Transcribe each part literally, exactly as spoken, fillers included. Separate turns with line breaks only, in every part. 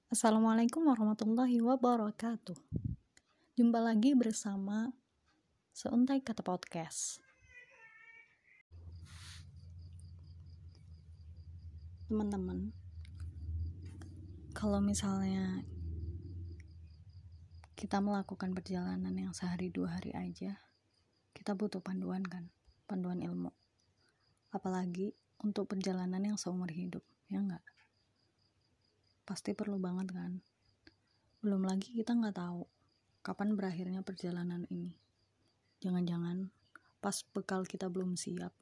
Assalamualaikum warahmatullahi wabarakatuh. Jumpa lagi bersama Seuntai Kata Podcast. Teman-teman, kalau misalnya kita melakukan perjalanan yang sehari dua hari aja, kita butuh panduan kan, panduan ilmu. Apalagi untuk perjalanan yang seumur hidup, ya enggak? Pasti perlu banget kan. Belum lagi kita nggak tahu kapan berakhirnya perjalanan ini. Jangan-jangan pas bekal kita belum siap,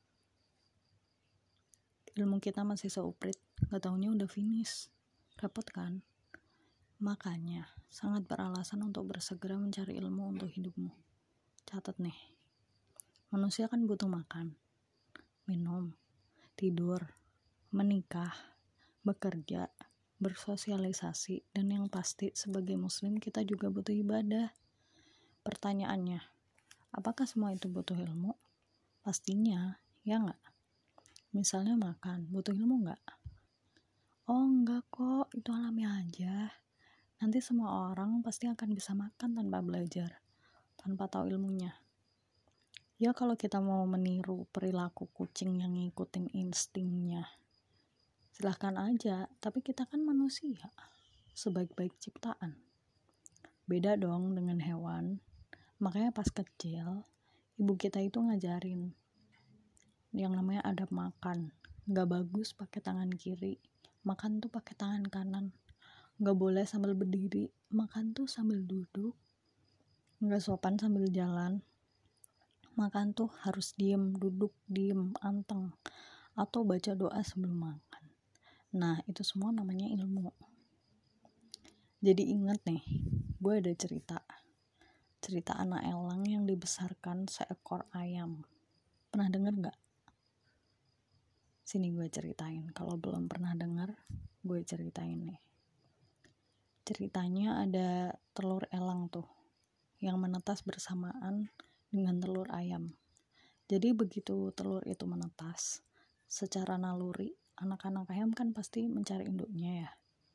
ilmu kita masih seuprit, nggak taunya udah finish. Repot kan? Makanya sangat beralasan untuk bersegera mencari ilmu untuk hidupmu. Catat nih, manusia kan butuh makan, minum, tidur, menikah, bekerja, bersosialisasi, dan yang pasti sebagai muslim kita juga butuh ibadah. Pertanyaannya, apakah semua itu butuh ilmu? Pastinya, ya enggak? Misalnya makan, butuh ilmu enggak? Oh enggak kok, itu alamiah aja. Nanti semua orang pasti akan bisa makan tanpa belajar, tanpa tahu ilmunya. Ya kalau kita mau meniru perilaku kucing yang ngikutin instingnya, silahkan aja, tapi kita kan manusia, sebaik-baik ciptaan. Beda dong dengan hewan. Makanya pas kecil, ibu kita itu ngajarin yang namanya adab makan. Gak bagus pakai tangan kiri, makan tuh pakai tangan kanan. Gak boleh sambil berdiri, makan tuh sambil duduk. Gak sopan sambil jalan, makan tuh harus diem, duduk, diem, anteng. Atau baca doa sebelum makan. Nah itu semua namanya ilmu. Jadi ingat nih, gue ada cerita cerita anak elang yang dibesarkan seekor ayam. Pernah denger gak? Sini gue ceritain. Kalau belum pernah denger, gue ceritain nih. Ceritanya ada telur elang tuh yang menetas bersamaan dengan telur ayam. Jadi begitu telur itu menetas, secara naluri anak-anak ayam kan pasti mencari induknya ya.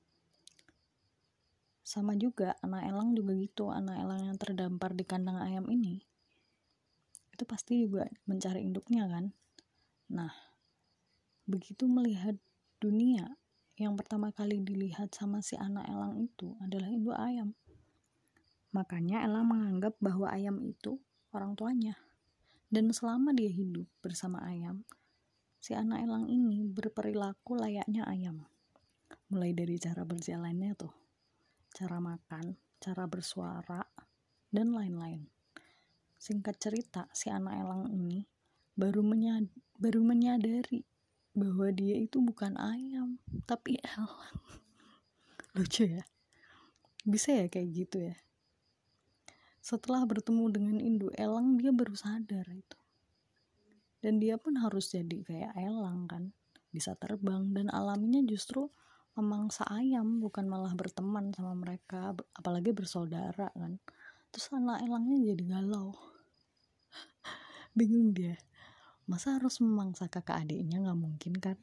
Sama juga anak elang juga gitu, anak elang yang terdampar di kandang ayam ini itu pasti juga mencari induknya kan. Nah, begitu melihat dunia, yang pertama kali dilihat sama si anak elang itu adalah induk ayam. Makanya elang menganggap bahwa ayam itu orang tuanya. Dan selama dia hidup bersama ayam, si anak elang ini berperilaku layaknya ayam. Mulai dari cara berjalannya tuh, cara makan, cara bersuara, dan lain-lain. Singkat cerita, si anak elang ini baru, menyad- baru menyadari bahwa dia itu bukan ayam, tapi elang. Lucu ya? Bisa ya kayak gitu ya? Setelah bertemu dengan induk elang, dia baru sadar itu. Dan dia pun harus jadi kayak elang kan, bisa terbang, dan alaminya justru memangsa ayam, bukan malah berteman sama mereka, apalagi bersaudara kan. Terus anak elangnya jadi galau. Bingung dia, masa harus memangsa kakak adiknya, gak mungkin kan.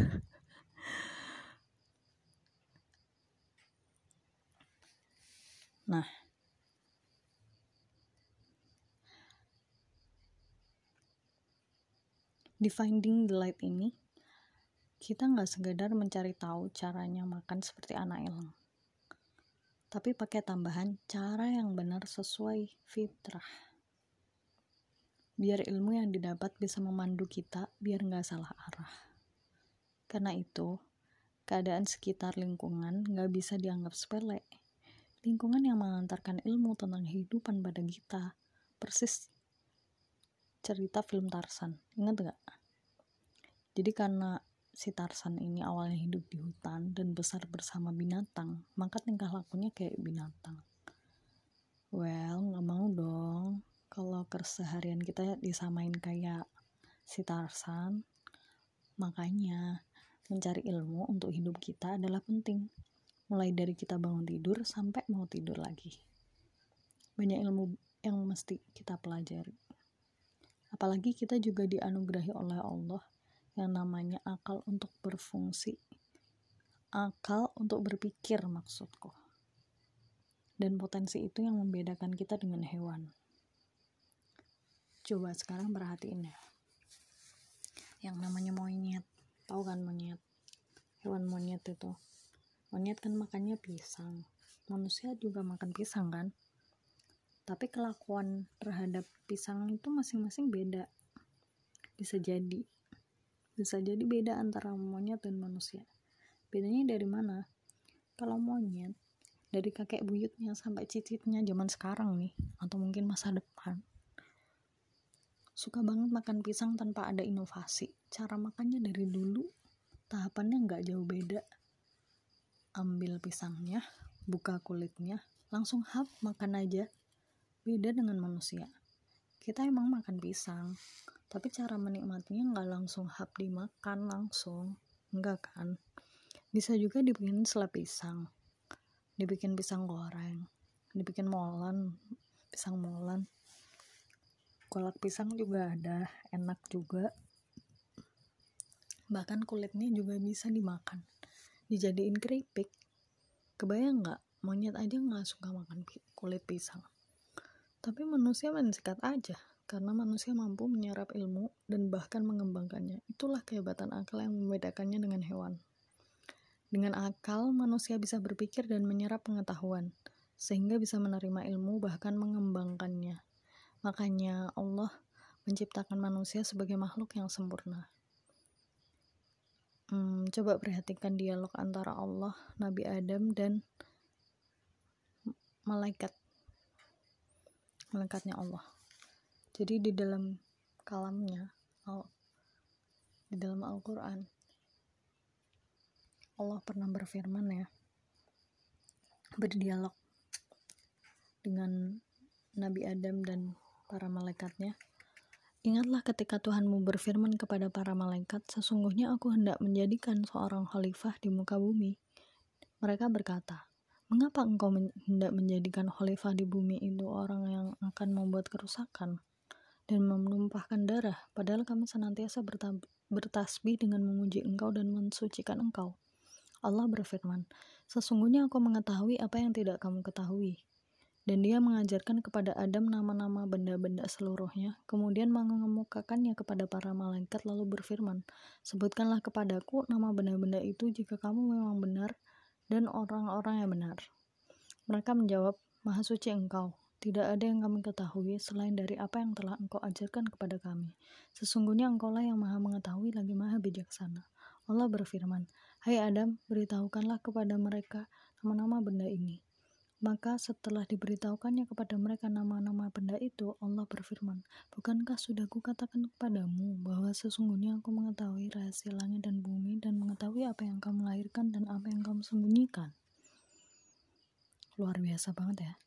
Nah, di Finding the Light ini, kita gak sekedar mencari tahu caranya makan seperti anak elang, tapi pakai tambahan cara yang benar sesuai fitrah. Biar ilmu yang didapat bisa memandu kita, biar gak salah arah. Karena itu, keadaan sekitar lingkungan gak bisa dianggap sepele. Lingkungan yang mengantarkan ilmu tentang kehidupan pada kita, persis cerita film Tarzan, ingat gak? Jadi karena si Tarzan ini awalnya hidup di hutan dan besar bersama binatang, maka tingkah lakunya kayak binatang. Well, gak mau dong kalau keseharian kita disamain kayak si Tarzan. Makanya mencari ilmu untuk hidup kita adalah penting. Mulai dari kita bangun tidur sampai mau tidur lagi. Banyak ilmu yang mesti kita pelajari. Apalagi kita juga dianugerahi oleh Allah yang namanya akal untuk berfungsi. akal untuk berpikir maksudku. Dan potensi itu yang membedakan kita dengan hewan. Coba sekarang perhatiin ya. Yang namanya monyet, tahu kan monyet? Hewan monyet itu. Monyet kan makannya pisang. Manusia juga makan pisang kan? Tapi kelakuan terhadap pisang itu masing-masing beda. Bisa jadi. Bisa jadi beda antara monyet dan manusia. Bedanya dari mana? Kalau monyet, dari kakek buyutnya sampai cicitnya zaman sekarang nih, atau mungkin masa depan, suka banget makan pisang tanpa ada inovasi. Cara makannya dari dulu, tahapannya nggak jauh beda. Ambil pisangnya, buka kulitnya, langsung hap, makan aja. Beda dengan manusia. Kita emang makan pisang, tapi cara menikmatinya nggak langsung hap dimakan langsung. Enggak kan? Bisa juga dibikin selai pisang, dibikin pisang goreng, dibikin molen, pisang molen. Kolak pisang juga ada, enak juga. Bahkan kulitnya juga bisa dimakan, dijadiin keripik. Kebayang nggak? Monyet aja nggak suka makan kulit pisang. Tapi manusia main sikat aja, karena manusia mampu menyerap ilmu dan bahkan mengembangkannya. Itulah kehebatan akal yang membedakannya dengan hewan. Dengan akal, manusia bisa berpikir dan menyerap pengetahuan, sehingga bisa menerima ilmu bahkan mengembangkannya. Makanya Allah menciptakan manusia sebagai makhluk yang sempurna. Hmm, coba perhatikan dialog antara Allah, Nabi Adam, dan malaikat. Malaikatnya Allah. Jadi di dalam kalamnya, di dalam Al-Quran, Allah pernah berfirman ya, berdialog dengan Nabi Adam dan para malaikatnya. Ingatlah ketika Tuhanmu berfirman kepada para malaikat, sesungguhnya aku hendak menjadikan seorang khalifah di muka bumi. Mereka berkata, mengapa engkau men- hendak menjadikan khalifah di bumi itu orang yang akan membuat kerusakan dan menumpahkan darah, padahal kami senantiasa bertab- bertasbih dengan memuji engkau dan mensucikan engkau. Allah berfirman, sesungguhnya aku mengetahui apa yang tidak kamu ketahui. Dan dia mengajarkan kepada Adam nama-nama benda-benda seluruhnya, kemudian mengemukakannya kepada para malaikat lalu berfirman, sebutkanlah kepadaku nama benda-benda itu jika kamu memang benar dan orang-orang yang benar. Mereka menjawab, Maha suci engkau, tidak ada yang kami ketahui selain dari apa yang telah engkau ajarkan kepada kami. Sesungguhnya engkaulah yang maha mengetahui lagi maha bijaksana. Allah berfirman, hai Adam, beritahukanlah kepada mereka nama-nama benda ini. Maka setelah diberitahukannya kepada mereka nama-nama benda itu, Allah berfirman, bukankah sudah kukatakan kepadamu bahwa sesungguhnya aku mengetahui rahasia langit dan bumi dan mengetahui apa yang kamu lahirkan dan apa yang kamu sembunyikan. Luar biasa banget ya.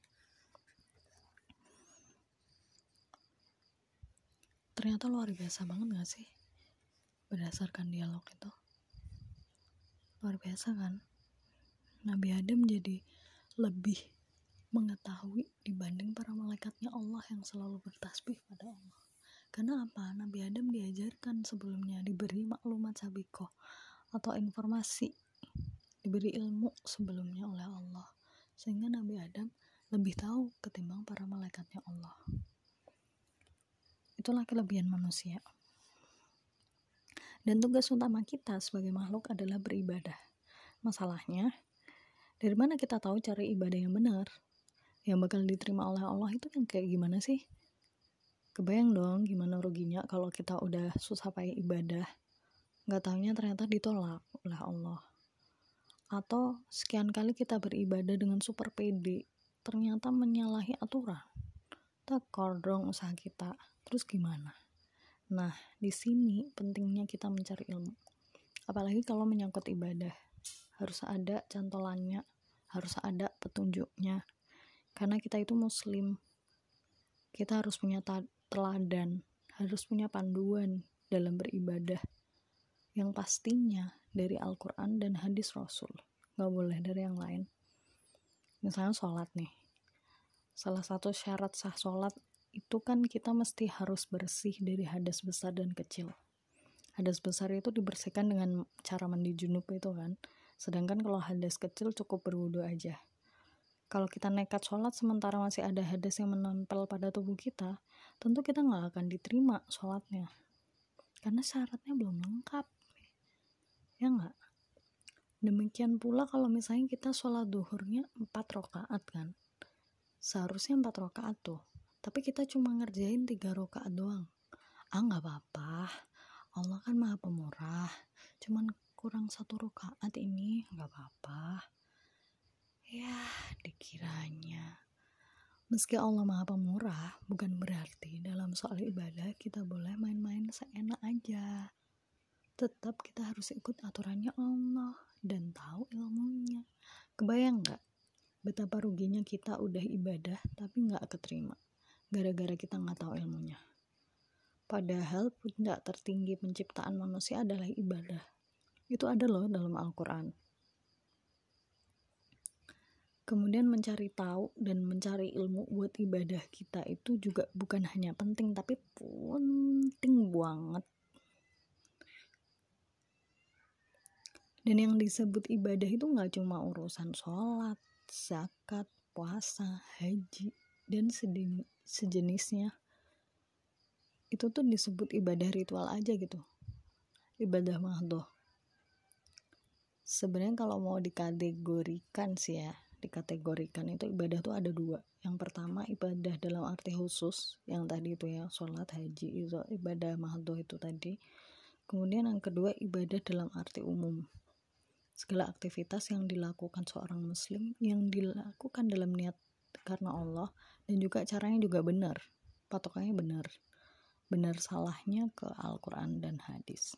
Ternyata luar biasa banget gak sih berdasarkan dialog itu? Luar biasa kan? Nabi Adam jadi lebih mengetahui dibanding para malaikatnya Allah yang selalu bertasbih pada Allah. Karena apa? Nabi Adam diajarkan sebelumnya, diberi maklumat sabiqah atau informasi, diberi ilmu sebelumnya oleh Allah, sehingga Nabi Adam lebih tahu ketimbang para malaikatnya Allah. Itulah kelebihan manusia. Dan tugas utama kita sebagai makhluk adalah beribadah. Masalahnya, dari mana kita tahu cara ibadah yang benar? Yang bakal diterima oleh Allah itu yang kayak gimana sih? Kebayang dong gimana ruginya kalau kita udah susah payah ibadah, gak taunya ternyata ditolak oleh Allah. Atau sekian kali kita beribadah dengan super pede, ternyata menyalahi aturan. Tekor dong usaha kita. Terus gimana? Nah, di sini pentingnya kita mencari ilmu. Apalagi kalau menyangkut ibadah. Harus ada cantolannya, harus ada petunjuknya. Karena kita itu muslim. Kita harus punya teladan, harus punya panduan dalam beribadah. Yang pastinya dari Al-Quran dan hadis Rasul. Gak boleh dari yang lain. Misalnya sholat nih. Salah satu syarat sah sholat itu kan kita mesti harus bersih dari hadas besar dan kecil. Hadas besar itu dibersihkan dengan cara mandi junub itu kan. Sedangkan kalau hadas kecil cukup berwudu aja. Kalau kita nekat sholat sementara masih ada hadas yang menempel pada tubuh kita, tentu kita nggak akan diterima sholatnya. Karena syaratnya belum lengkap. Ya nggak? Demikian pula kalau misalnya kita sholat duhurnya empat rakaat kan. Seharusnya empat rakaat tuh. Tapi kita cuma ngerjain tiga rakaat doang. Ah nggak apa-apa. Allah kan maha pemurah. Cuman kurang satu rakaat ini nggak apa-apa. Ya dikiranya. Meski Allah maha pemurah, bukan berarti dalam soal ibadah kita boleh main-main seenak aja. Tetap kita harus ikut aturannya Allah dan tahu ilmunya. Kebayang gak betapa ruginya kita udah ibadah tapi gak keterima gara-gara kita gak tahu ilmunya. Padahal pundak tertinggi penciptaan manusia adalah ibadah. Itu ada loh dalam Al-Quran. Kemudian mencari tahu dan mencari ilmu buat ibadah kita itu juga bukan hanya penting tapi penting banget. Dan yang disebut ibadah itu gak cuma urusan sholat, zakat, puasa, haji, dan sejenisnya. Itu tuh disebut ibadah ritual aja gitu. Ibadah mahdoh. Sebenarnya kalau mau dikategorikan sih ya, dikategorikan itu ibadah tuh ada dua. Yang pertama ibadah dalam arti khusus, yang tadi itu ya, sholat, haji, itu ibadah mahdoh itu tadi. Kemudian yang kedua ibadah dalam arti umum. Segala aktivitas yang dilakukan seorang muslim yang dilakukan dalam niat karena Allah dan juga caranya juga benar, patokannya benar, benar salahnya ke Al-Quran dan hadis.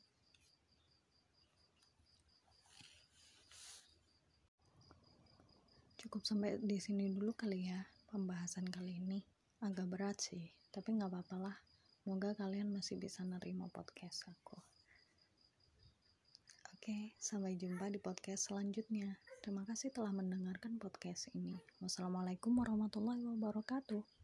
Cukup sampai di sini dulu kali ya pembahasan kali ini. Agak berat sih, tapi nggak apa-apa lah. Semoga kalian masih bisa nerima podcast aku. Oke, sampai jumpa di podcast selanjutnya. Terima kasih telah mendengarkan podcast ini. Wassalamualaikum warahmatullahi wabarakatuh.